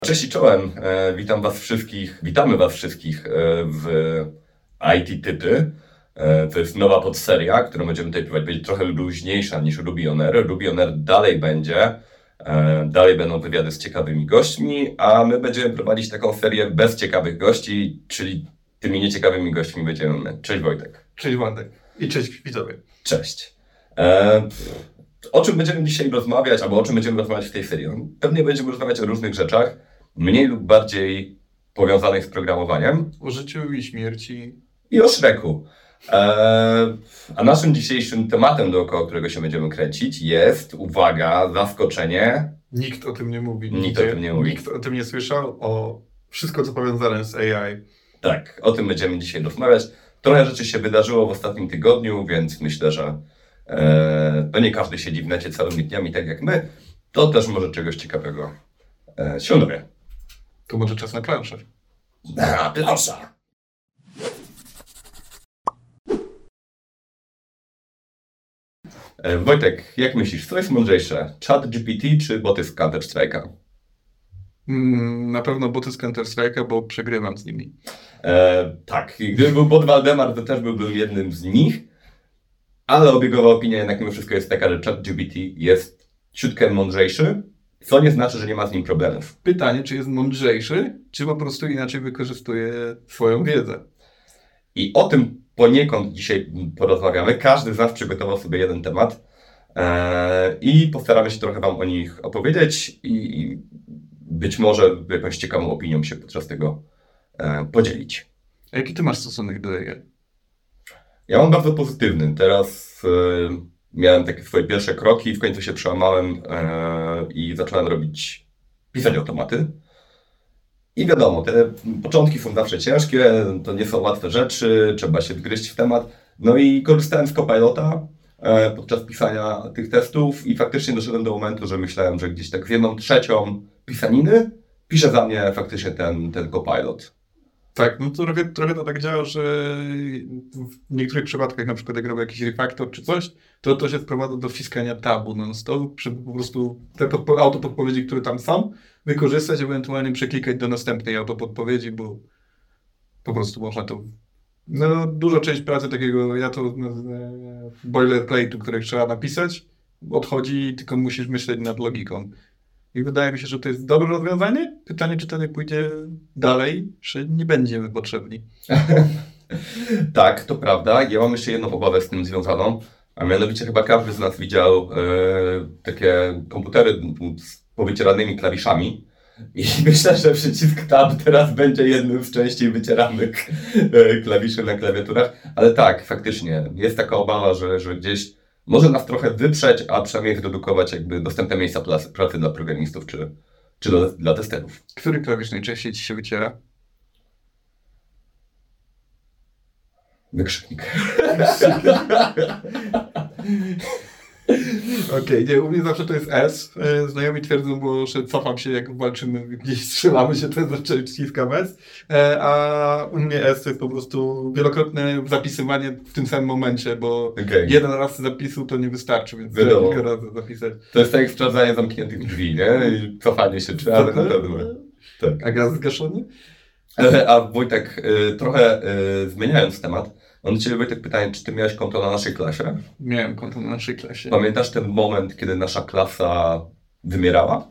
Cześć i czołem, witamy Was wszystkich w IT Typy. To jest nowa podseria, którą będziemy tutaj prowadzić, będzie trochę luźniejsza niż Ruby on Air. Ruby on Air dalej będzie, dalej będą wywiady z ciekawymi gośćmi, a my będziemy prowadzić taką serię bez ciekawych gości, czyli tymi nieciekawymi gośćmi będziemy my. Cześć Wojtek. Cześć Władek i cześć widzowie. Cześć. O czym będziemy dzisiaj rozmawiać, albo o czym będziemy rozmawiać w tej serii? Pewnie będziemy rozmawiać o różnych rzeczach, mniej lub bardziej powiązanych z programowaniem. O życiu i śmierci. I o Shreku. A naszym dzisiejszym tematem, dookoła którego się będziemy kręcić, jest, uwaga, zaskoczenie. Nikt o tym nie mówi. Nikt o tym nie mówi. Nikt o tym nie słyszał. O wszystko, co powiązane z AI. Tak, o tym będziemy dzisiaj rozmawiać. Trochę rzeczy się wydarzyło w ostatnim tygodniu, więc myślę, że to nie każdy siedzi w necie całymi dniami tak jak my. To też może czegoś ciekawego się dowie. To może czas na planszę. Plansza! Wojtek, jak myślisz, co jest mądrzejsze? ChatGPT czy boty z Counter-Strike'a? Na pewno boty z Counter-Strike'a, bo przegrywam z nimi. Tak, gdyby był bot Waldemar, to też byłbym jednym z nich, ale obiegowa opinia jednak mimo wszystko jest taka, że ChatGPT jest ciutkę mądrzejszy, co nie znaczy, że nie ma z nim problemów. Pytanie, czy jest mądrzejszy, czy po prostu inaczej wykorzystuje swoją wiedzę. I o tym poniekąd dzisiaj porozmawiamy. Każdy z nas przygotował sobie jeden temat i postaramy się trochę Wam o nich opowiedzieć i być może jakąś ciekawą opinią się podczas tego podzielić. A jaki ty masz stosunek do AI? Ja mam bardzo pozytywny. Teraz miałem takie swoje pierwsze kroki, w końcu się przełamałem i zacząłem pisać automaty. I wiadomo, te początki są zawsze ciężkie, to nie są łatwe rzeczy, trzeba się wgryźć w temat. No i korzystałem z Copilota podczas pisania tych testów i faktycznie doszedłem do momentu, że myślałem, że gdzieś tak w 1/3 pisaniny pisze za mnie faktycznie ten Copilot. Tak, no to trochę to tak działa, że w niektórych przypadkach, na przykład jak robię jakiś refactor czy coś, to się sprowadza do wciskania tabu non-stop, żeby po prostu te autopodpowiedzi, które tam są, wykorzystać, ewentualnie przeklikać do następnej autopodpowiedzi, bo po prostu można to... No, duża część pracy takiego, ja to nazywam boilerplate'u, który trzeba napisać, odchodzi i tylko musisz myśleć nad logiką. I wydaje mi się, że to jest dobre rozwiązanie. Pytanie, czy to nie pójdzie dalej, czy nie będziemy potrzebni. Tak, to prawda. Ja mam jeszcze jedną obawę z tym związaną, a mianowicie chyba każdy z nas widział takie komputery z powycieranymi klawiszami i myślę, że przycisk Tab teraz będzie jednym z częściej wycieranych klawiszy na klawiaturach, ale tak, faktycznie jest taka obawa, że gdzieś może nas trochę wyprzeć, a przynajmniej zredukować jakby dostępne miejsca pracy dla programistów czy dla testerów. Który klawisz najczęściej ci się wyciera? Wykrzyknik. Okej, nie, u mnie zawsze to jest S. Znajomi twierdzą, bo że cofam się, jak walczymy, gdzieś strzelamy się, to zawsze wciskam S. A u mnie S to jest po prostu wielokrotne zapisywanie w tym samym momencie, bo jeden raz zapisu to nie wystarczy, więc trzeba kilka razy zapisać. To jest tak jak sprawdzanie zamkniętych drzwi, nie? I cofanie się, czy ale na pewno. Tak. A gaz zgaszony? A Wojtek, trochę zmieniając temat, mam do Ciebie, Wojtek, pytanie, czy Ty miałeś konto na naszej klasie? Miałem konto na naszej klasie. Pamiętasz ten moment, kiedy nasza klasa wymierała?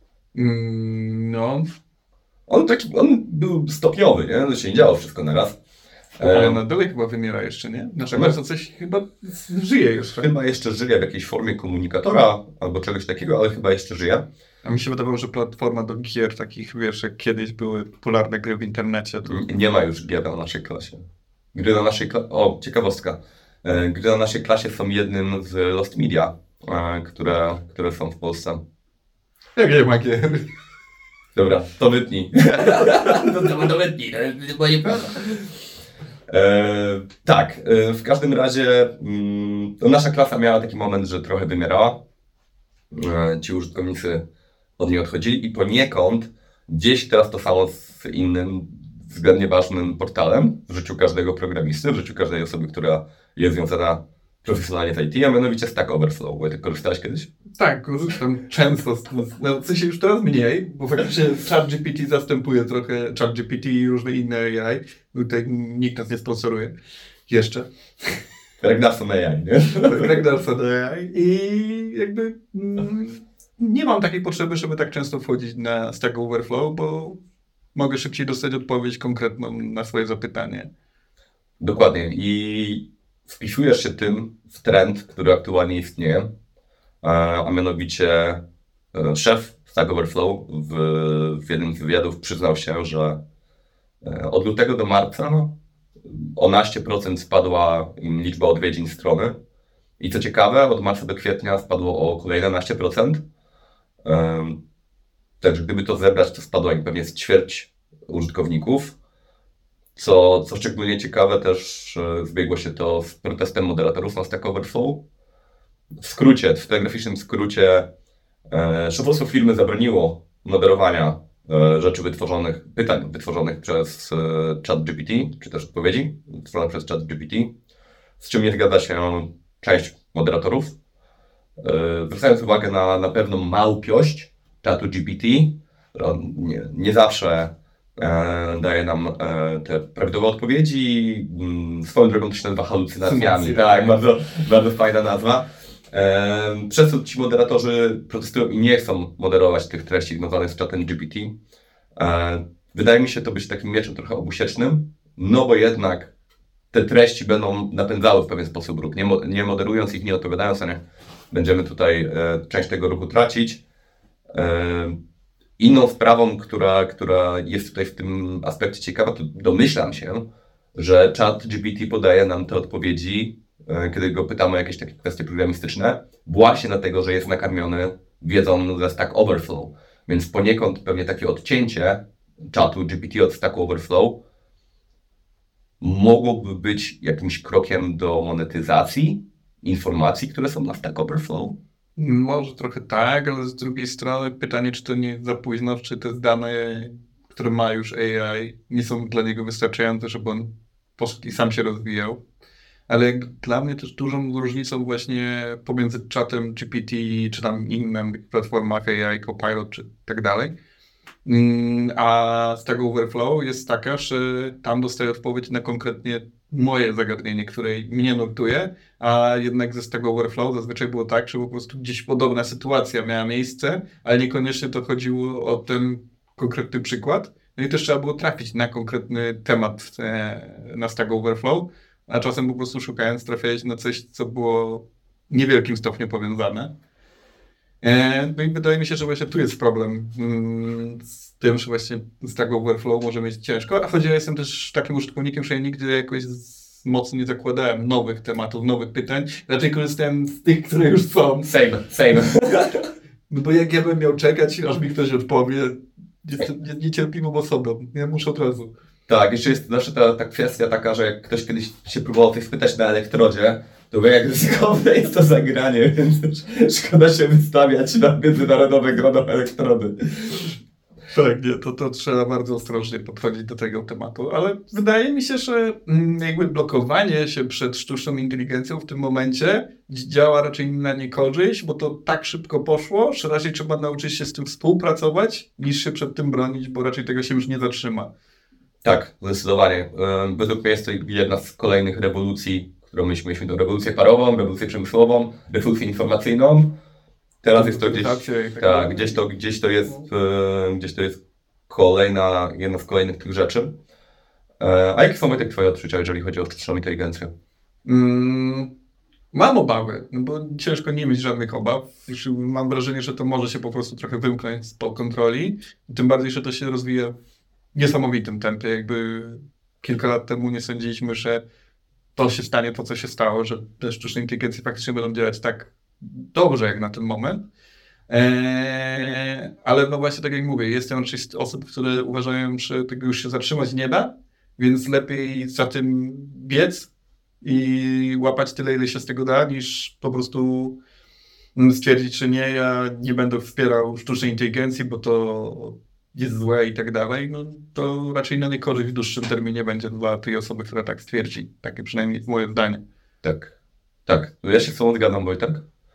No. On był stopniowy, nie? To się nie działo wszystko na raz. Ale ona dalej chyba wymiera jeszcze, nie? Nasza klasa coś chyba żyje jeszcze. Chyba jeszcze żyje w jakiejś formie komunikatora albo czegoś takiego, ale chyba jeszcze żyje. A mi się wydawało, że platforma do gier takich, wiesz, jak kiedyś były popularne gry w internecie. To... Nie ma już gier na naszej klasie. Gry na naszej klasie... O, ciekawostka. Gry na naszej klasie są jednym z Lost Media, które są w Polsce. Jak nie ma gier? Dobra, to wytnij. to wytnij, to nie prawda. Tak, w każdym razie nasza klasa miała taki moment, że trochę wymierała. Ci użytkownicy od niej odchodzili i poniekąd gdzieś teraz to samo z innym względnie ważnym portalem w życiu każdego programisty, w życiu każdej osoby, która jest związana profesjonalnie z IT, a mianowicie Stack Overflow. Wojtek, korzystałeś kiedyś? Tak, korzystam często, no, w sensie już teraz mniej, bo faktycznie ChatGPT zastępuje trochę ChatGPT i różne inne AI. Tutaj nikt nas nie sponsoruje. Jeszcze. Ragnarsson AI, nie? Ragnarsson AI i jakby nie mam takiej potrzeby, żeby tak często wchodzić na Stack Overflow, bo mogę szybciej dostać odpowiedź konkretną na swoje zapytanie. Dokładnie. I wpisujesz się tym w trend, który aktualnie istnieje, a mianowicie szef Stack Overflow w jednym z wywiadów przyznał się, że od lutego do marca o 11% spadła im liczba odwiedzin strony. I co ciekawe, od marca do kwietnia spadło o kolejne 11%. Także gdyby to zebrać, to spadło im pewnie z ćwierć użytkowników. Co szczególnie ciekawe, też zbiegło się to z protestem moderatorów na Stack Overflow. W telegraficznym skrócie, szefostwo firmy zabroniło moderowania pytań wytworzonych przez ChatGPT, czy też odpowiedzi wytworzone przez ChatGPT, z czym nie zgadza się część moderatorów. Zwracając uwagę na pewną małpiość ChatGPT, która nie zawsze daje nam te prawidłowe odpowiedzi. Swoją drogą to się nazywa halucynacjami. Tak, bardzo, bardzo fajna nazwa. Przez to ci moderatorzy protestują i nie chcą moderować tych treści związanych z chatem GPT. Wydaje mi się to być takim mieczem trochę obusiecznym, no bo jednak te treści będą napędzały w pewien sposób ruch. Nie moderując ich, nie odpowiadając, będziemy tutaj część tego ruchu tracić. Inną sprawą, która jest tutaj w tym aspekcie ciekawa, to domyślam się, że ChatGPT podaje nam te odpowiedzi, kiedy go pytamy o jakieś takie kwestie programistyczne, właśnie dlatego, że jest nakarmiony wiedzą ze Stack Overflow. Więc poniekąd pewnie takie odcięcie czatu GPT od Stack Overflow mogłoby być jakimś krokiem do monetyzacji informacji, które są na Stack Overflow. Może trochę tak, ale z drugiej strony pytanie, czy to nie za późno, czy te dane, które ma już AI, nie są dla niego wystarczające, żeby on poszedł i sam się rozwijał. Ale dla mnie też dużą różnicą właśnie pomiędzy czatem GPT czy tam innym platformach AI, Copilot czy tak dalej, a Stack Overflow jest taka, że tam dostaję odpowiedź na konkretnie moje zagadnienie, które mnie nurtuje, a jednak ze Stack Overflow zazwyczaj było tak, że po prostu gdzieś podobna sytuacja miała miejsce, ale niekoniecznie to chodziło o ten konkretny przykład. No i też trzeba było trafić na konkretny temat na Stack Overflow, a czasem po prostu szukając trafiałeś na coś, co było w niewielkim stopniu powiązane. No i wydaje mi się, że właśnie tu jest problem z tym, że właśnie z Stack Overflow może mieć ciężko, a choć ja jestem też takim użytkownikiem, że ja nigdy jakoś mocno nie zakładałem nowych tematów, nowych pytań, raczej korzystałem z tych, które już są. Same. No bo jak ja bym miał czekać, aż mi ktoś odpowie, jestem niecierpliwą osobą, ja muszę od razu. Tak, jeszcze jest zawsze ta kwestia taka, że jak ktoś kiedyś się próbował coś spytać na elektrodzie, to wie, jak ryzykowne jest to zagranie, więc szkoda się wystawiać na międzynarodowe grono elektrody. Tak, nie, to trzeba bardzo ostrożnie podchodzić do tego tematu, ale wydaje mi się, że jakby blokowanie się przed sztuczną inteligencją w tym momencie działa raczej na niekorzyść, bo to tak szybko poszło, że raczej trzeba nauczyć się z tym współpracować, niż się przed tym bronić, bo raczej tego się już nie zatrzyma. Tak, zdecydowanie. Według mnie jest to jedna z kolejnych rewolucji, którą mieliśmy tą rewolucję parową, rewolucję przemysłową, rewolucję informacyjną. Teraz jest to gdzieś to jest jedna z kolejnych tych rzeczy. A jakie są twoje odczucia, jeżeli chodzi o sztuczną inteligencję? Mam obawy, no bo ciężko nie mieć żadnych obaw. Mam wrażenie, że to może się po prostu trochę wymknąć spod kontroli. Tym bardziej, że to się rozwija w niesamowitym tempie. Jakby kilka lat temu nie sądziliśmy, że to się stanie, to co się stało, że te sztuczne inteligencje faktycznie będą działać tak dobrze jak na ten moment. Ale no właśnie tak jak mówię, jest raczej osób, które uważają, że tego już się zatrzymać nie da, więc lepiej za tym biec i łapać tyle, ile się z tego da, niż po prostu stwierdzić, że nie, ja nie będę wspierał sztucznej inteligencji, bo to jest złe i tak dalej. No to raczej na niekorzyść w dłuższym terminie będzie dla tej osoby, która tak stwierdzi. Takie przynajmniej jest moje zdanie. Tak, Tak, ja się z tobą zgadzam, Wojtek.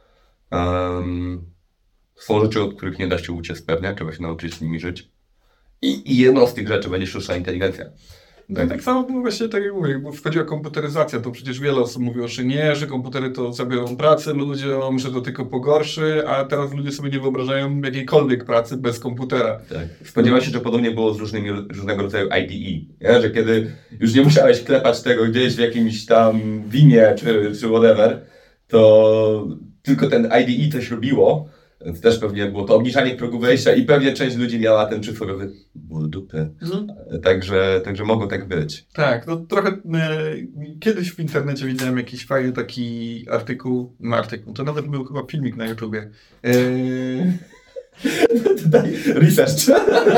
Są rzeczy, od których nie da się uciec pewnie, trzeba się nauczyć z nimi żyć. I jedną z tych rzeczy będzie sztuczna inteligencja. No, tak samo było właśnie tak jak mówię, bo wchodziła komputeryzacja, to przecież wiele osób mówiło, że nie, że komputery to zabiorą pracę ludziom, że to tylko pogorszy, a teraz ludzie sobie nie wyobrażają jakiejkolwiek pracy bez komputera. Tak. Spodziewam się, że podobnie było z różnego rodzaju IDE, nie? Że kiedy już nie musiałeś klepać tego gdzieś w jakimś tam Vimie czy whatever, to tylko ten IDE coś robiło. Więc też pewnie było to obniżanie progu wejścia i pewnie część ludzi miała ten przysłowiowy ból dupy. Także mogło tak być. Tak, no trochę kiedyś w internecie widziałem jakiś fajny taki artykuł, to nawet był chyba filmik na YouTubie. Tutaj research.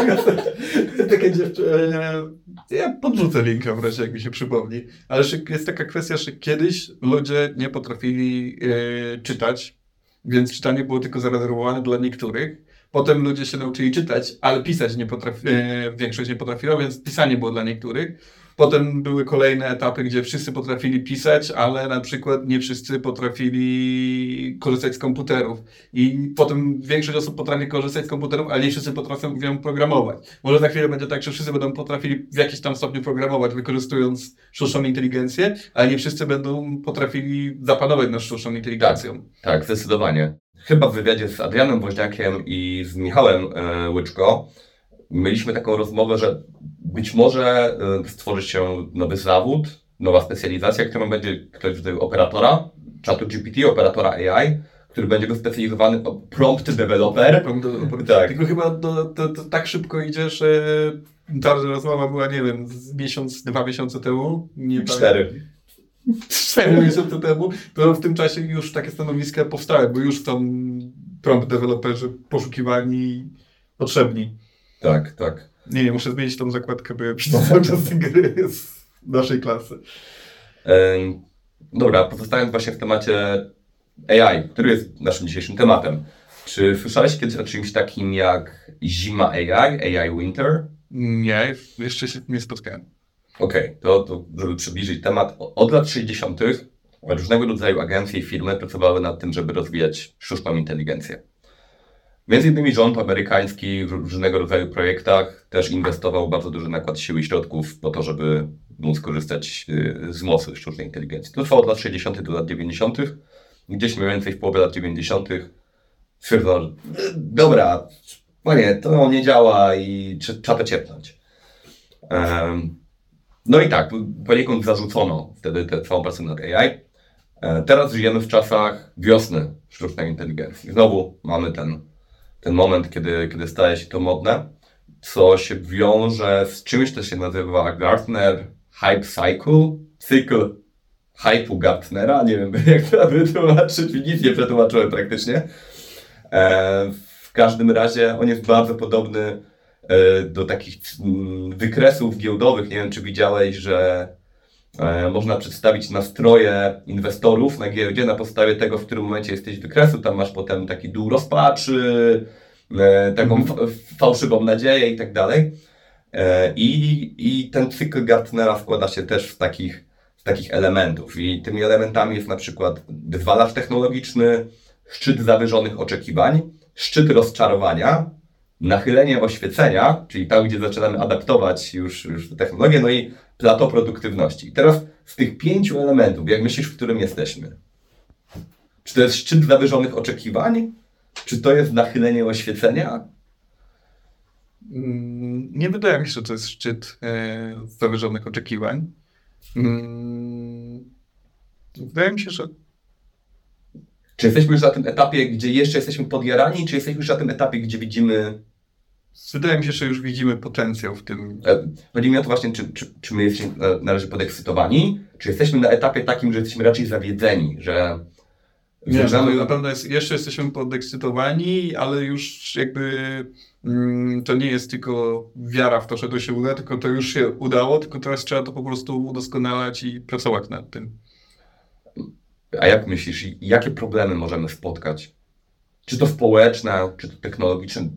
Takie dziewczyny, ja podrzucę linka w razie jak mi się przypomni, ale że jest taka kwestia, że kiedyś ludzie nie potrafili czytać, więc czytanie było tylko zarezerwowane dla niektórych. Potem ludzie się nauczyli czytać, ale pisać większość nie potrafiła, więc pisanie było dla niektórych. Potem były kolejne etapy, gdzie wszyscy potrafili pisać, ale na przykład nie wszyscy potrafili korzystać z komputerów. I potem większość osób potrafi korzystać z komputerów, ale nie wszyscy potrafią programować. Może za chwilę będzie tak, że wszyscy będą potrafili w jakiś tam stopniu programować, wykorzystując sztuczną inteligencję, ale nie wszyscy będą potrafili zapanować nad sztuczną inteligencją. Tak, zdecydowanie. Chyba w wywiadzie z Adrianem Woźniakiem i z Michałem Łyczko mieliśmy taką rozmowę, że być może stworzy się nowy zawód, nowa specjalizacja, którą będzie ktoś w rodzaju operatora, czatu GPT, operatora AI, który będzie wyspecjalizowany prompt developer. Tak. Tylko chyba to tak szybko idzie, że ta rozmowa była, nie wiem, z 2 miesiące temu. 4 miesiące temu, to w tym czasie już takie stanowiska powstały, bo już są prompt deweloperzy poszukiwani, potrzebni. Tak. Nie, muszę zmienić tą zakładkę, bo ja cały czas gry z naszej klasy. Dobra, pozostając właśnie w temacie AI, który jest naszym dzisiejszym tematem. Czy słyszałeś kiedyś o czymś takim jak zima AI Winter? Nie, jeszcze się nie spotkałem. Okej, to żeby przybliżyć temat, od lat 60. różnego rodzaju agencje i firmy pracowały nad tym, żeby rozwijać sztuczną inteligencję. Między innymi rząd amerykański w różnego rodzaju projektach też inwestował bardzo duży nakład sił i środków po to, żeby móc korzystać z mocy sztucznej inteligencji. To trwało od lat 60. do lat 90. Gdzieś mniej więcej w połowie lat 90. stwierdzono, że dobra, panie, to nie działa i trzeba to ciepnąć. No i tak, poniekąd zarzucono wtedy tę całą pracę nad AI. Teraz żyjemy w czasach wiosny sztucznej inteligencji. Znowu mamy ten moment, kiedy staje się to modne, co się wiąże z czymś, co się nazywa Gartner Hype Cycle, cykl hype'u Gartnera, nie wiem jak to wytłumaczyć, nic nie przetłumaczyłem praktycznie. W każdym razie on jest bardzo podobny do takich wykresów giełdowych. Nie wiem, czy widziałeś, że można przedstawić nastroje inwestorów na giełdzie na podstawie tego, w którym momencie jesteś wykresu. Tam masz potem taki dół rozpaczy, taką fałszywą nadzieję i tak dalej. I ten cykl Gartnera składa się też z takich elementów. I tymi elementami jest na przykład wyzwalacz technologiczny, szczyt zawyżonych oczekiwań, szczyt rozczarowania, nachylenie oświecenia, czyli tam, gdzie zaczynamy adaptować już technologię, no i plateau produktywności. I teraz z tych 5 elementów, jak myślisz, w którym jesteśmy? Czy to jest szczyt zawyżonych oczekiwań? Czy to jest nachylenie oświecenia? Nie wydaje mi się, że to jest szczyt zawyżonych oczekiwań. Wydaje mi się, że... Czy jesteśmy już na tym etapie, gdzie jeszcze jesteśmy podjarani, czy jesteśmy już na tym etapie, gdzie widzimy... Wydaje mi się, że już widzimy potencjał w tym. Chodzi mi o to właśnie, czy my jesteśmy na razie podekscytowani, czy jesteśmy na etapie takim, że jesteśmy raczej zawiedzeni, że... Nie, na pewno jeszcze jesteśmy podekscytowani, ale już jakby to nie jest tylko wiara w to, że to się uda, tylko to już się udało, tylko teraz trzeba to po prostu udoskonalać i pracować nad tym. A jak myślisz, jakie problemy możemy spotkać? Czy to społeczne, czy to technologiczne?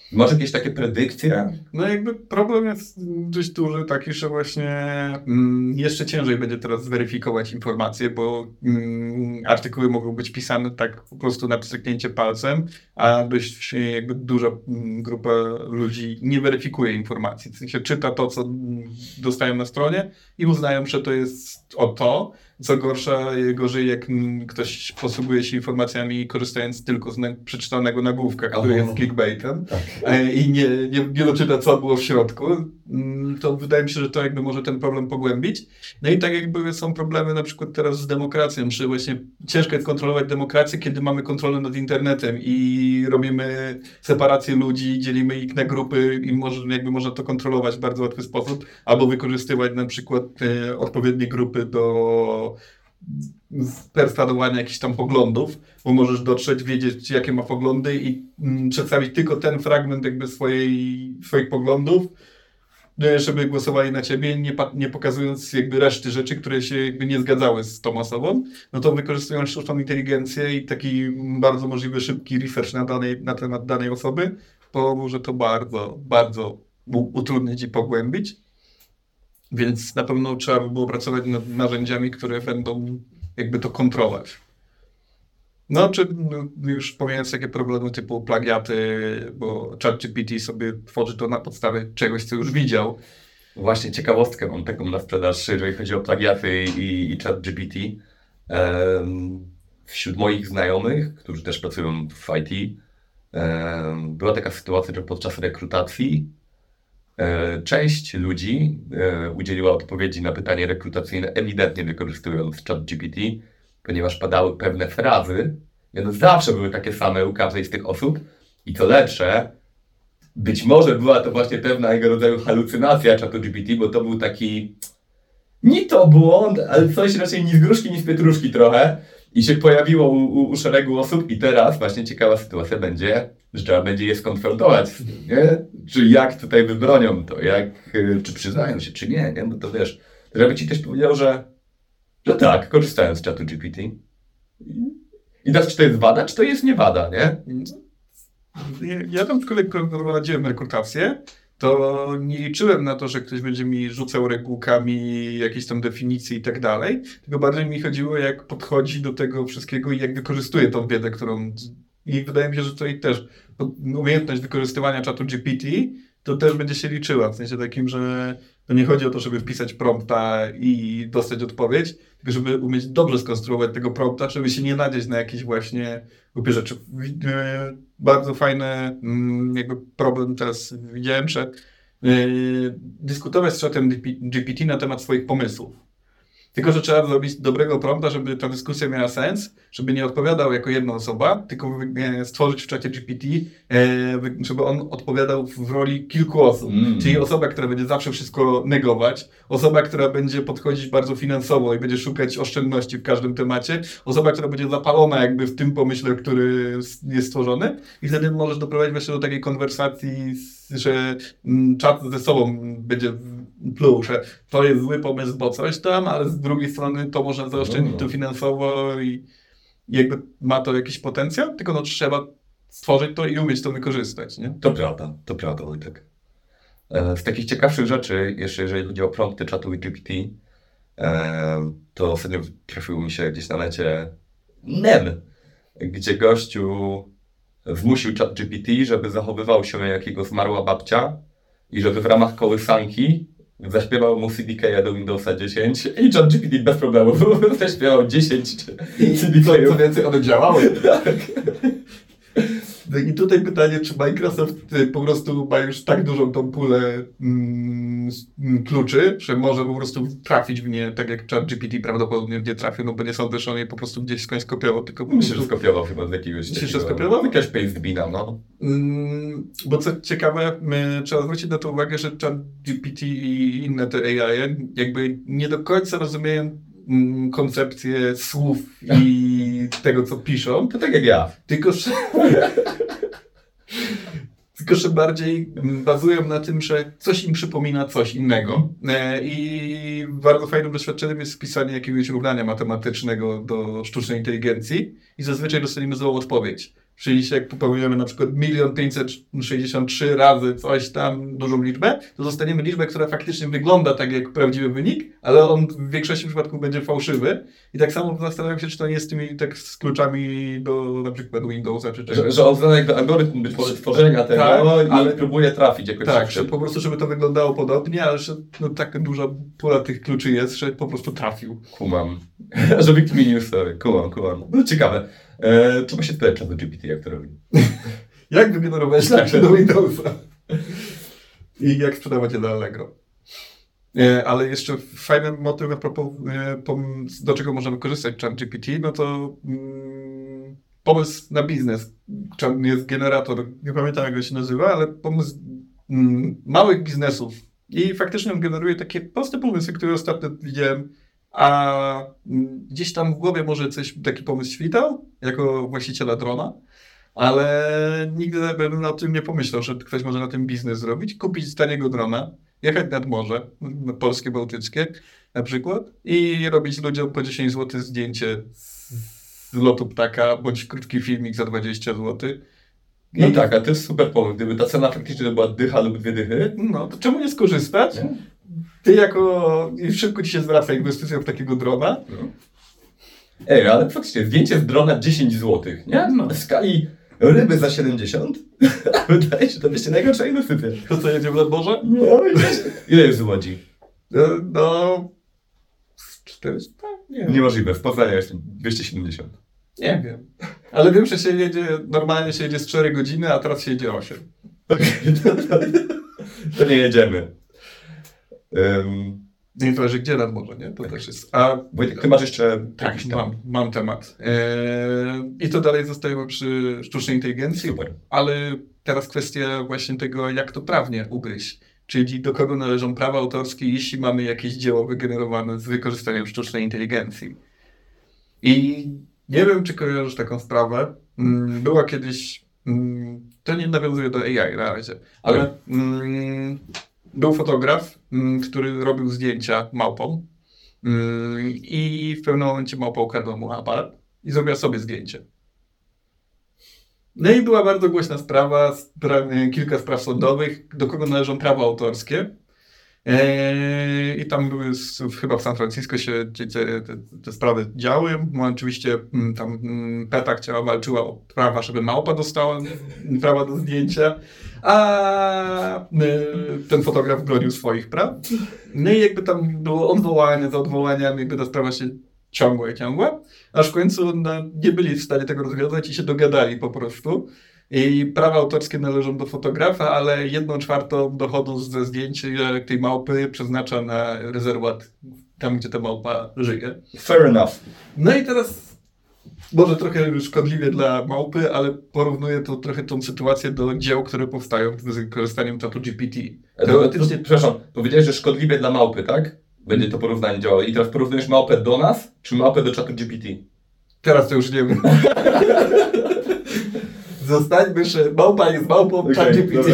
Masz jakieś takie predykcje? No jakby problem jest dość duży taki, że właśnie jeszcze ciężej będzie teraz zweryfikować informacje, bo artykuły mogą być pisane tak po prostu na pstryknięcie palcem, a dość jakby duża grupa ludzi nie weryfikuje informacji. W sensie czyta to, co dostają na stronie i uznają, że to jest o to. Co gorsza, gorzej jak ktoś posługuje się informacjami korzystając tylko z przeczytanego nagłówka, który jest clickbaitem i nie doczyta, co było w środku, to wydaje mi się, że to jakby może ten problem pogłębić. No i tak jakby są problemy na przykład teraz z demokracją, że właśnie ciężko jest kontrolować demokrację, kiedy mamy kontrolę nad internetem i robimy separację ludzi, dzielimy ich na grupy i jakby można to kontrolować w bardzo łatwy sposób, albo wykorzystywać na przykład odpowiednie grupy do perswadowania jakichś tam poglądów, bo możesz dotrzeć, wiedzieć, jakie ma poglądy i przedstawić tylko ten fragment jakby swoich poglądów, żeby głosowali na ciebie, nie pokazując jakby reszty rzeczy, które się jakby nie zgadzały z tą osobą, no to wykorzystują sztuczną inteligencję i taki bardzo możliwy szybki research na temat danej osoby, bo może to bardzo, bardzo utrudnić i pogłębić. Więc na pewno trzeba by było pracować nad narzędziami, które będą jakby to kontrolować. No, czy już pomijając takie problemy typu plagiaty, bo ChatGPT sobie tworzy to na podstawie czegoś, co już widział. Właśnie ciekawostkę mam taką na sprzedaż, jeżeli chodzi o plagiaty i ChatGPT. Wśród moich znajomych, którzy też pracują w IT, była taka sytuacja, że podczas rekrutacji część ludzi udzieliła odpowiedzi na pytanie rekrutacyjne, ewidentnie wykorzystując ChatGPT, ponieważ padały pewne frazy, one zawsze były takie same u każdej z tych osób i co lepsze, być może była to właśnie pewnego rodzaju halucynacja ChatGPT, bo to był taki nie to błąd, ale coś raczej ni z gruszki, ni z pietruszki trochę i się pojawiło u szeregu osób i teraz właśnie ciekawa sytuacja będzie, że trzeba będzie je skonfrontować z tym, nie? Czy jak tutaj wybronią to, czy przyznają się, czy nie, nie? Bo to wiesz, żeby ci ktoś powiedział, że tak, korzystałem z czatu GPT. I teraz, czy to jest wada, czy to jest nie wada, nie? Ja tam z kolei prowadziłem rekrutację, to nie liczyłem na to, że ktoś będzie mi rzucał regułkami jakieś tam definicje i tak dalej, tylko bardziej mi chodziło, jak podchodzi do tego wszystkiego i jak wykorzystuje tą wiedzę, którą... I wydaje mi się, że tutaj też umiejętność wykorzystywania czatu GPT to też będzie się liczyła, w sensie takim, że to nie chodzi o to, żeby wpisać prompta i dostać odpowiedź, tylko żeby umieć dobrze skonstruować tego prompta, żeby się nie nadzieć na jakieś właśnie głupie rzeczy. Bardzo fajny jakby problem teraz widziałem, że dyskutować z czatem GPT na temat swoich pomysłów. Tylko że trzeba zrobić dobrego prompta, żeby ta dyskusja miała sens, żeby nie odpowiadał jako jedna osoba, tylko stworzyć w czacie GPT, żeby on odpowiadał w roli kilku osób. Czyli osoba, która będzie zawsze wszystko negować, osoba, która będzie podchodzić bardzo finansowo i będzie szukać oszczędności w każdym temacie, osoba, która będzie zapalona jakby w tym pomyśle, który jest stworzony i wtedy możesz doprowadzić właśnie do takiej konwersacji, że czat ze sobą będzie pluł, że to jest zły pomysł, bo coś tam, ale z drugiej strony to można zaoszczędzić to finansowo i jakby ma to jakiś potencjał, tylko no trzeba stworzyć to i umieć to wykorzystać, nie? To prawda, Wojtek. Z takich ciekawszych rzeczy, jeszcze jeżeli chodzi o prompty czatu GPT, to ostatnio trafił mi się gdzieś na necie mem, gdzie gościu zmusił ChatGPT, żeby zachowywał się jak jego zmarła babcia i żeby w ramach kołysanki zaśpiewał mu CDK do Windowsa 10 i ChatGPT bez problemu zaśpiewał 10 CDK. Co więcej, one działały. No i tutaj pytanie, czy Microsoft po prostu ma już tak dużą tą pulę kluczy, że może po prostu trafić w nie, tak jak ChatGPT prawdopodobnie nie trafił, no bo nie sądzę, że on je po prostu gdzieś skądś skopiował, tylko po Myślę, prostu... że skopiował chyba z jakiegoś Myślisz, że takiego... skopiował? Jakaś pastebina, no. Bo co ciekawe, trzeba zwrócić na to uwagę, że ChatGPT i inne te AI jakby nie do końca rozumieją koncepcję słów i tego, co piszą. To tak jak ja. Tylko że bardziej bazują na tym, że coś im przypomina coś innego. I bardzo fajnym doświadczeniem jest wpisanie jakiegoś równania matematycznego do sztucznej inteligencji i zazwyczaj dostaniemy złą odpowiedź. Czyli jak popełniamy na przykład 1 563 razy coś tam, dużą liczbę, to dostaniemy liczbę, która faktycznie wygląda tak jak prawdziwy wynik, ale on w większości przypadków będzie fałszywy. I tak samo zastanawiam się, czy to nie jest z tymi tak z kluczami do na przykład Windowsa czy czegoś. Że on zna jakby algorytm być może tworzenia tego, Tak, ale ale- próbuje trafić jakoś. Tak, że po prostu, żeby to wyglądało podobnie, ale że no, tak duża pula tych kluczy jest, że po prostu trafił. Kumam. Żeby kminił sobie. Kumam. No ciekawe. Trzeba się spytać czatu GPT, jak to robi. Jak wygenerować rzeczy do Windowsa? I jak sprzedawać je do Allegro. Ale jeszcze fajny motyw a propos, do czego możemy korzystać ChatGPT, no to pomysł na biznes. Jest generator, nie pamiętam jak go się nazywa, ale pomysł małych biznesów. I faktycznie on generuje takie proste pomysły, które ostatnio widziałem, a gdzieś tam w głowie może taki pomysł świtał, jako właściciela drona, ale nigdy bym o tym nie pomyślał, że ktoś może na tym biznes zrobić, kupić taniego drona, jechać nad morze, polskie, bałtyckie na przykład, i robić ludziom po 10 zł zdjęcie z lotu ptaka, bądź krótki filmik za 20 zł. No tak, a to jest super pomysł. Gdyby ta cena faktycznie to była dycha lub 2 dychy, No, to czemu nie skorzystać? nie? Ty i szybko ci się zwraca inwestycja w takiego drona. No. Ej, ale faktycznie zdjęcie z drona 10 zł, nie? No. W skali ryby za 70 wydaje się, że to będzie najgorsza inwestycja. To co, jedziemy nad morze? No, ile jest z Łodzi? No, 400? Nie. Niemożliwe, w Poznaniu jest 270. Nie wiem. Ale wiem, że normalnie się jedzie z 4 godziny, a teraz się jedzie 8. Okej, to nie jedziemy. Nie zależy gdzie nad morze, nie? To też jest. A Wojtek, ty masz jeszcze tak, jakiś temat? mam temat. I to dalej zostajemy przy sztucznej inteligencji, Super. ale teraz kwestia właśnie tego, jak to prawnie ugryźć. Czyli do kogo należą prawa autorskie, jeśli mamy jakieś dzieło wygenerowane z wykorzystaniem sztucznej inteligencji. I nie wiem, czy kojarzysz taką sprawę. Była kiedyś, to nie nawiązuje do AI na razie, ale był fotograf, który robił zdjęcia małpom i w pewnym momencie małpa ukradła mu aparat i zrobiła sobie zdjęcie. No i była bardzo głośna sprawa, kilka spraw sądowych, do kogo należą prawa autorskie. I tam były, chyba w San Francisco się te sprawy działy. Oczywiście tam PETA walczyła o prawa, żeby małpa dostała prawa do zdjęcia, a ten fotograf bronił swoich praw. No i jakby tam było odwołanie za odwołaniami, jakby ta sprawa się ciągła, aż w końcu nie byli w stanie tego rozwiązać i się dogadali po prostu. I prawa autorskie należą do fotografa, ale 1/4 dochodu ze zdjęć tej małpy przeznacza na rezerwat tam, gdzie ta małpa żyje. Fair enough. No i teraz może trochę szkodliwie dla małpy, ale porównuję to trochę tą sytuację do dzieł, które powstają z wykorzystaniem czatu GPT. Teoretycznie... Przepraszam, powiedziałeś, że szkodliwie dla małpy, tak? Będzie to porównanie działało. I teraz porównujesz małpę do nas, czy małpę do czatu GPT? Teraz to już nie wiem. Zostańmy, że małpa jest małpą, Okay, czat GPT.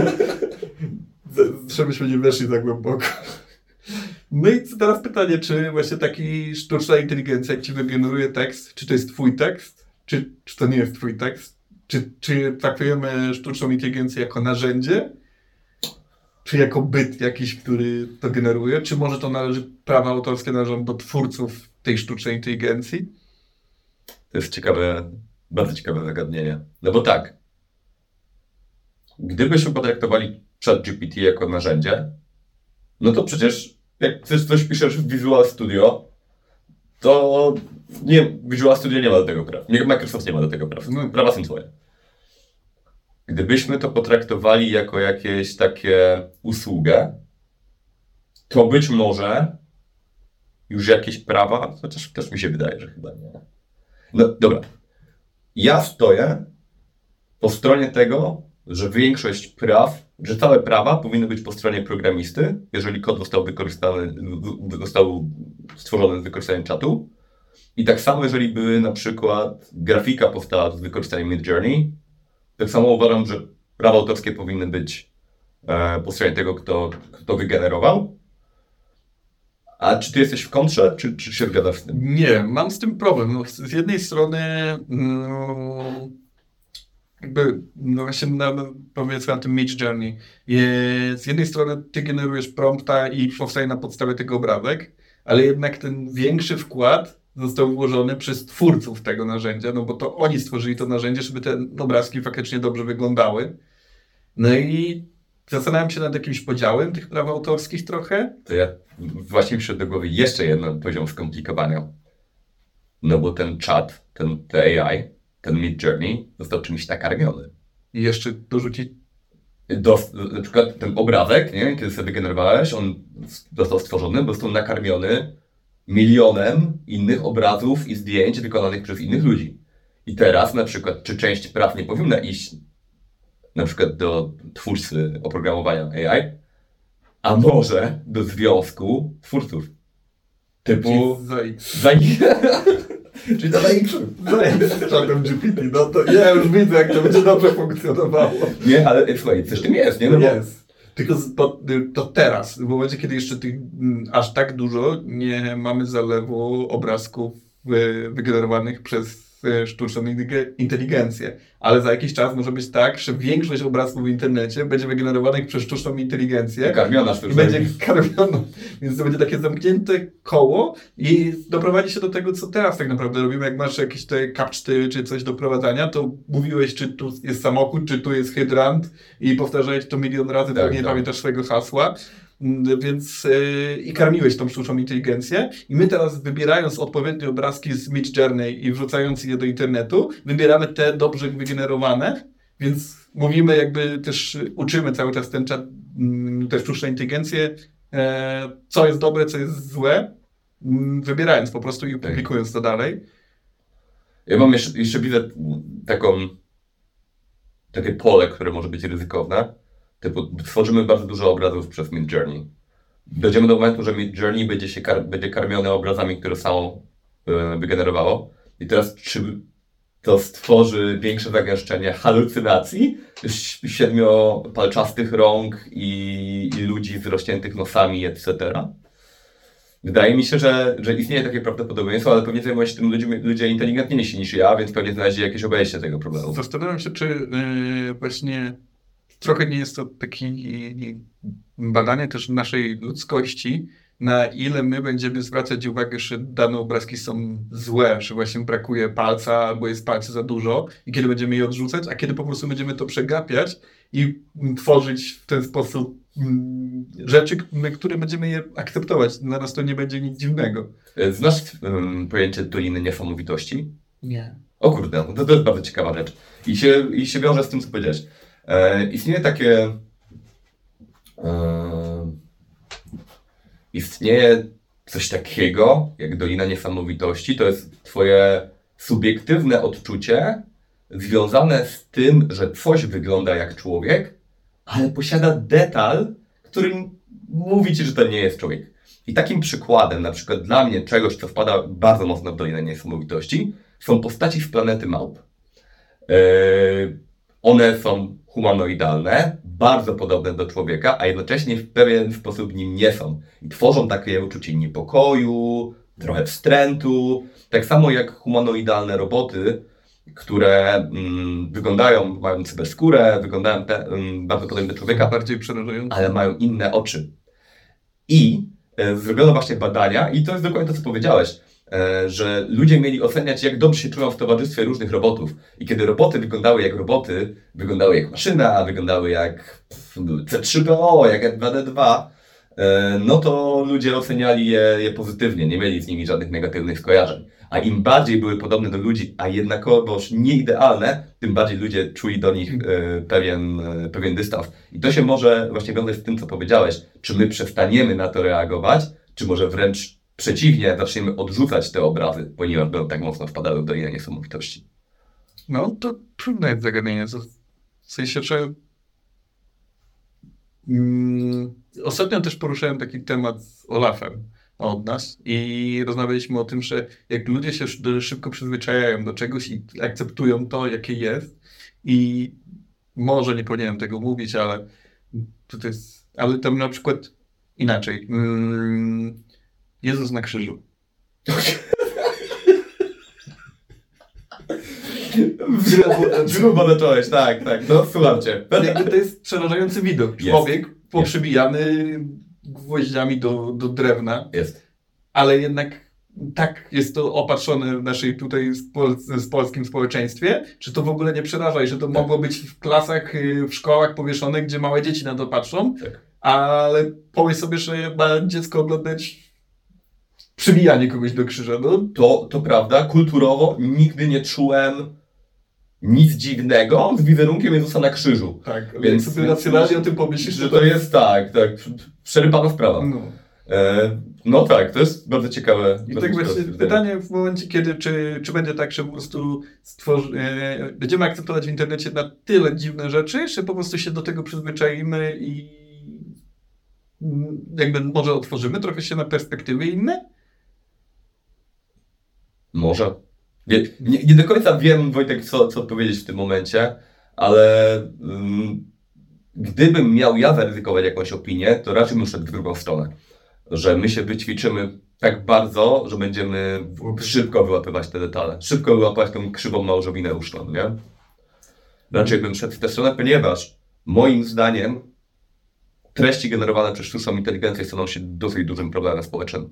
Żebyśmy nie weszli za głęboko. No i teraz pytanie, czy właśnie taki sztuczna inteligencja, jak ci wygeneruje tekst, czy to jest twój tekst, czy to nie jest twój tekst? Czy traktujemy sztuczną inteligencję jako narzędzie, czy jako byt jakiś, który to generuje, czy może to prawa autorskie należą do twórców tej sztucznej inteligencji? To jest ciekawe, bardzo ciekawe zagadnienie. No bo tak, gdybyśmy potraktowali ChatGPT jako narzędzie, no to przecież jak coś piszesz w Visual Studio, to Visual Studio nie ma do tego praw. Microsoft nie ma do tego praw. No. Prawa są twoje. Gdybyśmy to potraktowali jako jakieś takie usługę, to być może już jakieś prawa, chociaż też mi się wydaje, że chyba nie. No dobra. Ja stoję po stronie tego, że większość praw, że całe prawa powinny być po stronie programisty, jeżeli kod został stworzony z wykorzystaniem czatu. I tak samo, jeżeli by na przykład grafika powstała z wykorzystaniem Midjourney, tak samo uważam, że prawa autorskie powinny być po stronie tego, kto wygenerował. A czy ty jesteś w kontrze, czy się zgadzasz z tym? Nie, mam z tym problem. No, z jednej strony jakby, no właśnie powiedzmy na tym Midge Journey. Z jednej strony ty generujesz prompta i powstaje na podstawie tego obrazek, ale jednak ten większy wkład został włożony przez twórców tego narzędzia, no bo to oni stworzyli to narzędzie, żeby te obrazki faktycznie dobrze wyglądały. No i zastanawiam się nad jakimś podziałem tych praw autorskich trochę. To ja właśnie mi przyszedł do głowy jeszcze jeden poziom skomplikowania. No bo ten czat, te AI, ten Mid Journey został czymś nakarmiony. I jeszcze dorzucić. Na przykład ten obrazek, nie, kiedy sobie generowałeś, on został stworzony, bo został nakarmiony milionem innych obrazów i zdjęć wykonanych przez innych ludzi. I teraz na przykład, czy część praw nie powinna iść na przykład do twórcy oprogramowania AI, a może do związku twórców. Typu Czyli to największy. Z czatem GPT, no to ja już widzę, jak to będzie dobrze funkcjonowało. Nie, ale słuchaj, coś w tym jest, nie? No No bo jest. Tylko to teraz, w momencie, kiedy jeszcze tych aż tak dużo nie mamy zalewu obrazków wygenerowanych przez sztuczną inteligencję. Ale za jakiś czas może być tak, że większość obrazków w internecie będzie wygenerowanych przez sztuczną inteligencję karmiona i sztuczną. będzie karmiona. Więc to będzie takie zamknięte koło i doprowadzi się do tego, co teraz tak naprawdę robimy. Jak masz jakieś te Cap4 czy coś do prowadzenia, to mówiłeś, czy tu jest samochód, czy tu jest hydrant i powtarzałeś to milion razy, Tak, bo nie tak. pamiętasz swojego hasła. Więc i karmiłeś tą sztuczną inteligencję i my teraz wybierając odpowiednie obrazki z Mid Journey i wrzucając je do internetu, wybieramy te dobrze wygenerowane, więc mówimy jakby też uczymy cały czas ten czat, tę sztuczną inteligencję, co jest dobre, co jest złe, wybierając po prostu i publikując to dalej. Ja mam jeszcze widzę takie pole, które może być ryzykowne. Typu tworzymy bardzo dużo obrazów przez Mid Journey. Dojdziemy do momentu, że Mid Journey będzie karmione obrazami, które samo wygenerowało. I teraz czy to stworzy większe zagęszczenie halucynacji siedmiopalczastych rąk i ludzi z rozciętych nosami, etc. Wydaje mi się, że istnieje takie prawdopodobieństwo, ale pewnie zajmują się tym ludzie inteligentniejsi niż ja, więc pewnie znaleźli jakieś obejście tego problemu. Zastanawiam się, czy właśnie trochę nie jest to takie badanie też naszej ludzkości, na ile my będziemy zwracać uwagę, że dane obrazki są złe, że właśnie brakuje palca albo jest palca za dużo i kiedy będziemy je odrzucać, a kiedy po prostu będziemy to przegapiać i tworzyć w ten sposób rzeczy, które będziemy je akceptować. Dla nas to nie będzie nic dziwnego. Znasz pojęcie Doliny Niesamowitości? Nie. O kurde, no to jest bardzo ciekawa rzecz. I się wiąże z tym, co powiedziałeś. Istnieje takie... Istnieje coś takiego, jak Dolina Niesamowitości. To jest twoje subiektywne odczucie związane z tym, że coś wygląda jak człowiek, ale posiada detal, który mówi ci, że to nie jest człowiek. I takim przykładem, na przykład dla mnie, czegoś, co wpada bardzo mocno w Dolinę Niesamowitości, są postaci z Planety Małp. One są humanoidalne, bardzo podobne do człowieka, a jednocześnie w pewien sposób nim nie są. I tworzą takie uczucie niepokoju, trochę wstrętu. Tak samo jak humanoidalne roboty, które wyglądają, mają cyberskórę, wyglądają bardzo podobnie do człowieka, Bardziej przerażające. ale mają inne oczy. I zrobiono właśnie badania, i to jest dokładnie to, co powiedziałeś, że ludzie mieli oceniać, jak dobrze się czują w towarzystwie różnych robotów. I kiedy roboty wyglądały jak roboty, wyglądały jak maszyna, wyglądały jak C3PO, jak R2D2, no to ludzie oceniali je pozytywnie, nie mieli z nimi żadnych negatywnych skojarzeń. A im bardziej były podobne do ludzi, a jednakowoż nieidealne, tym bardziej ludzie czuli do nich pewien dystans. I to się może właśnie wiązać z tym, co powiedziałeś. Czy my przestaniemy na to reagować, czy może wręcz przeciwnie, zaczniemy odrzucać te obrazy, ponieważ będą tak mocno wpadały w Dolinę Niesamowitości. No to trudne jest zagadnienie. W sensie, że ostatnio też poruszałem taki temat z Olafem od nas i rozmawialiśmy o tym, że jak ludzie się szybko przyzwyczajają do czegoś i akceptują to, jakie jest i może nie powinienem tego mówić, ale to jest, ale tam na przykład inaczej. Jezus na krzyżu. Grubo zacząłeś, tak, no słucham cię. Jakby to jest przerażający widok. Człowiek poprzybijany gwoździami do drewna, ale jednak tak jest to opatrzone w naszej tutaj z polskim społeczeństwie, że to w ogóle nie przeraża i że to mogło być w klasach, w szkołach powieszone, gdzie małe dzieci na to patrzą, ale pomyśl sobie, że ma dziecko oglądać przybijanie kogoś do krzyża. No. To prawda, kulturowo nigdy nie czułem nic dziwnego z wizerunkiem Jezusa na krzyżu. Tak, więc sobie racjonalnie o tym pomyślisz, że to jest tak, przerypana sprawa. No tak, to jest bardzo ciekawe. I tak właśnie pytanie w momencie, kiedy, czy będzie tak, że po prostu będziemy akceptować w internecie na tyle dziwne rzeczy, że po prostu się do tego przyzwyczaimy i jakby może otworzymy trochę się na perspektywy inne? Może. Nie do końca wiem, Wojtek, co odpowiedzieć w tym momencie, ale gdybym miał ja zaryzykować jakąś opinię, to raczej bym szedł w drugą stronę. Że my się wyćwiczymy tak bardzo, że będziemy szybko wyłapywać te detale. Szybko wyłapać tą krzywą małżowinę uszną, nie? Raczej bym szedł w tę stronę, ponieważ moim zdaniem treści generowane przez sztuczną inteligencję staną się dosyć dużym problemem społecznym.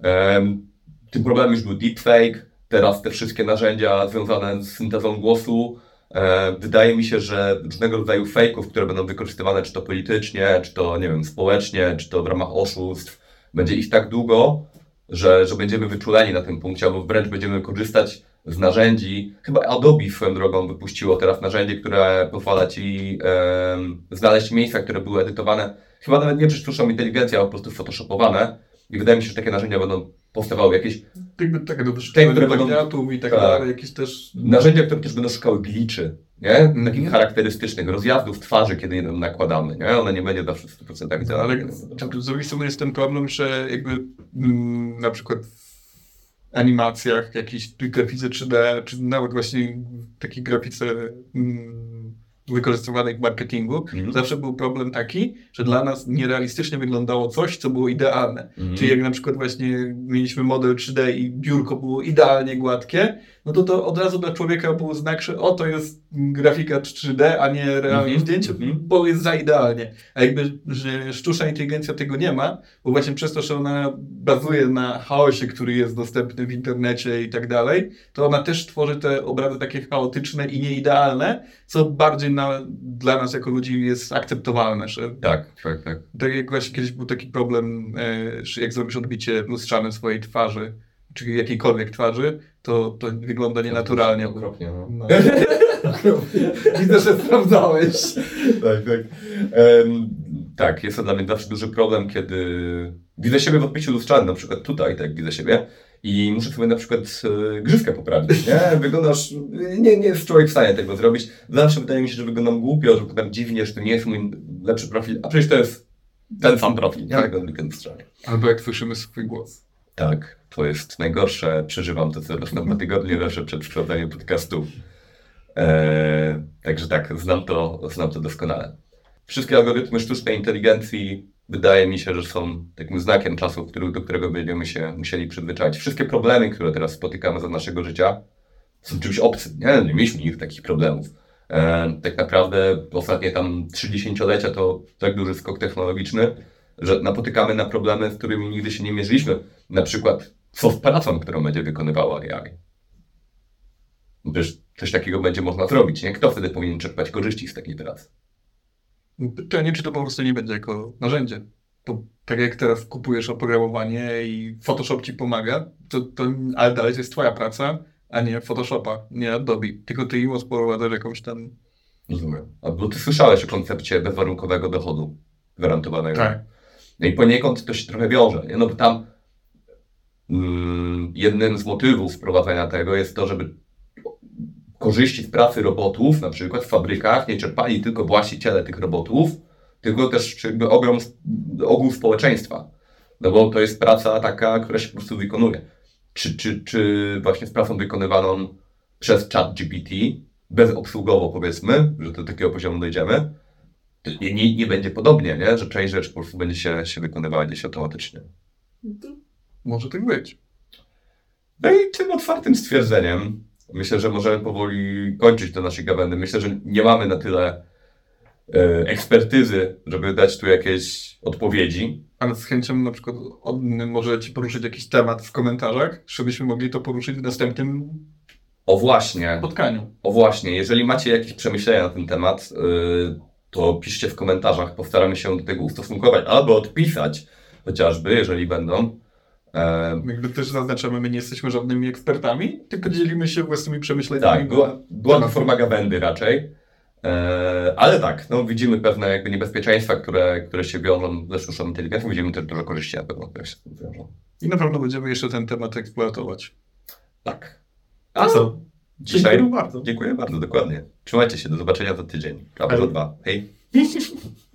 Tym problemem już był deepfake, teraz te wszystkie narzędzia związane z syntezą głosu. Wydaje mi się, że różnego rodzaju fejków, które będą wykorzystywane czy to politycznie, czy to nie wiem, społecznie, czy to w ramach oszustw, będzie ich tak długo, że będziemy wyczuleni na tym punkcie, albo wręcz będziemy korzystać z narzędzi. Chyba Adobe swoją drogą wypuściło teraz narzędzie, które pozwala Ci znaleźć miejsca, które były edytowane, chyba nawet nie przez sztuczną inteligencję, ale po prostu photoshopowane. I wydaje mi się, że takie narzędzia będą powstawały jakieś... Takie do wyszukiwania i tak dalej, jakieś też... Narzędzia, które też będą szukały gliczy, nie? Takich charakterystycznych rozjazdów twarzy, kiedy je nakładamy, nie? One nie będzie zawsze w 100% tak. Ale z drugiej strony jest ten problem, że jakby na przykład w animacjach, jakiejś grafice 3D, czy nawet właśnie w takiej grafice wykorzystywanej w marketingu, zawsze był problem taki, że dla nas nierealistycznie wyglądało coś, co było idealne. Czyli jak na przykład właśnie mieliśmy model 3D i biurko było idealnie gładkie, no to od razu dla człowieka był znak, że to jest grafika 3D, a nie realnie zdjęcie, bo jest za idealnie. A jakby, że sztuczna inteligencja tego nie ma, bo właśnie przez to, że ona bazuje na chaosie, który jest dostępny w internecie i tak dalej, to ona też tworzy te obrazy takie chaotyczne i nieidealne, co bardziej dla nas jako ludzi jest akceptowalne. Że tak. Tak jak właśnie kiedyś był taki problem, że jak zrobisz odbicie lustrzane swojej twarzy, czy jakiejkolwiek twarzy, to wygląda nienaturalnie. Okropnie, no. Widzę, że sprawdzałeś. Tak. Tak, jest to dla mnie zawsze duży problem, kiedy widzę siebie w odbiciu lustrzanym, na przykład tutaj, tak widzę siebie i muszę sobie na przykład grzywkę poprawić, nie? Wyglądasz, nie jest człowiek w stanie tego zrobić. Zawsze wydaje mi się, że wyglądam głupio, że wyglądam dziwnie, że to nie jest mój lepszy profil, a przecież to jest ten sam profil, nie? Tak. Lustrzanie. Albo jak słyszymy swój głos. Tak, to jest najgorsze. Przeżywam to coraz na 2 tygodnie zawsze przed sprawdzeniem podcastu. Także tak, znam to doskonale. Wszystkie algorytmy sztucznej inteligencji wydaje mi się, że są takim znakiem czasu, do którego będziemy się musieli przyzwyczaić. Wszystkie problemy, które teraz spotykamy za naszego życia, są czymś obcym. Nie mieliśmy nigdy takich problemów. Tak naprawdę ostatnie tam 30-lecia to tak duży skok technologiczny, że napotykamy na problemy, z którymi nigdy się nie mierzyliśmy. Na przykład co z pracą, którą będzie wykonywała AI. Wiesz, coś takiego będzie można zrobić, nie? Kto wtedy powinien czerpać korzyści z takiej pracy? Pytanie, czy to po prostu nie będzie jako narzędzie. To tak jak teraz kupujesz oprogramowanie i Photoshop ci pomaga, ale dalej to jest twoja praca, a nie Photoshopa, nie Adobe. Tylko ty im sprowadzasz jakąś tam... Rozumiem. Albo ty słyszałeś o koncepcie bezwarunkowego dochodu gwarantowanego. Tak. No i poniekąd to się trochę wiąże, nie? No bo tam jednym z motywów wprowadzenia tego jest to, żeby korzyści z pracy robotów, na przykład w fabrykach, nie czerpali tylko właściciele tych robotów, tylko też jakby ogół społeczeństwa. No bo to jest praca taka, która się po prostu wykonuje. Czy właśnie z pracą wykonywaną przez ChatGPT, bezobsługowo powiedzmy, że do takiego poziomu dojdziemy, to nie będzie podobnie, nie? Że część rzeczy po prostu będzie się wykonywała gdzieś automatycznie. Może tak być. No i tym otwartym stwierdzeniem Myślę, że możemy powoli kończyć te nasze gawędy. Myślę, że nie mamy na tyle ekspertyzy, żeby dać tu jakieś odpowiedzi. Ale z chęcią na przykład może ci poruszyć jakiś temat w komentarzach, żebyśmy mogli to poruszyć w następnym spotkaniu. O właśnie, jeżeli macie jakieś przemyślenia na ten temat, to piszcie w komentarzach, postaramy się do tego ustosunkować, albo odpisać chociażby, jeżeli będą. Jakby też zaznaczamy, my nie jesteśmy żadnymi ekspertami, tylko dzielimy się własnymi przemyśleniami. Tak, była to forma gawędy raczej. Ale tak, no, widzimy pewne jakby niebezpieczeństwa, które się wiążą ze sztuczną inteligencją. Widzimy też dużo korzyści na pewno, które się z tym wiążą. I na pewno będziemy jeszcze ten temat eksploatować. Tak. A co? Dzisiaj Dziękuję bardzo. Dziękuję bardzo, dokładnie. Trzymajcie się, do zobaczenia za tydzień. Albo za 2. Hej.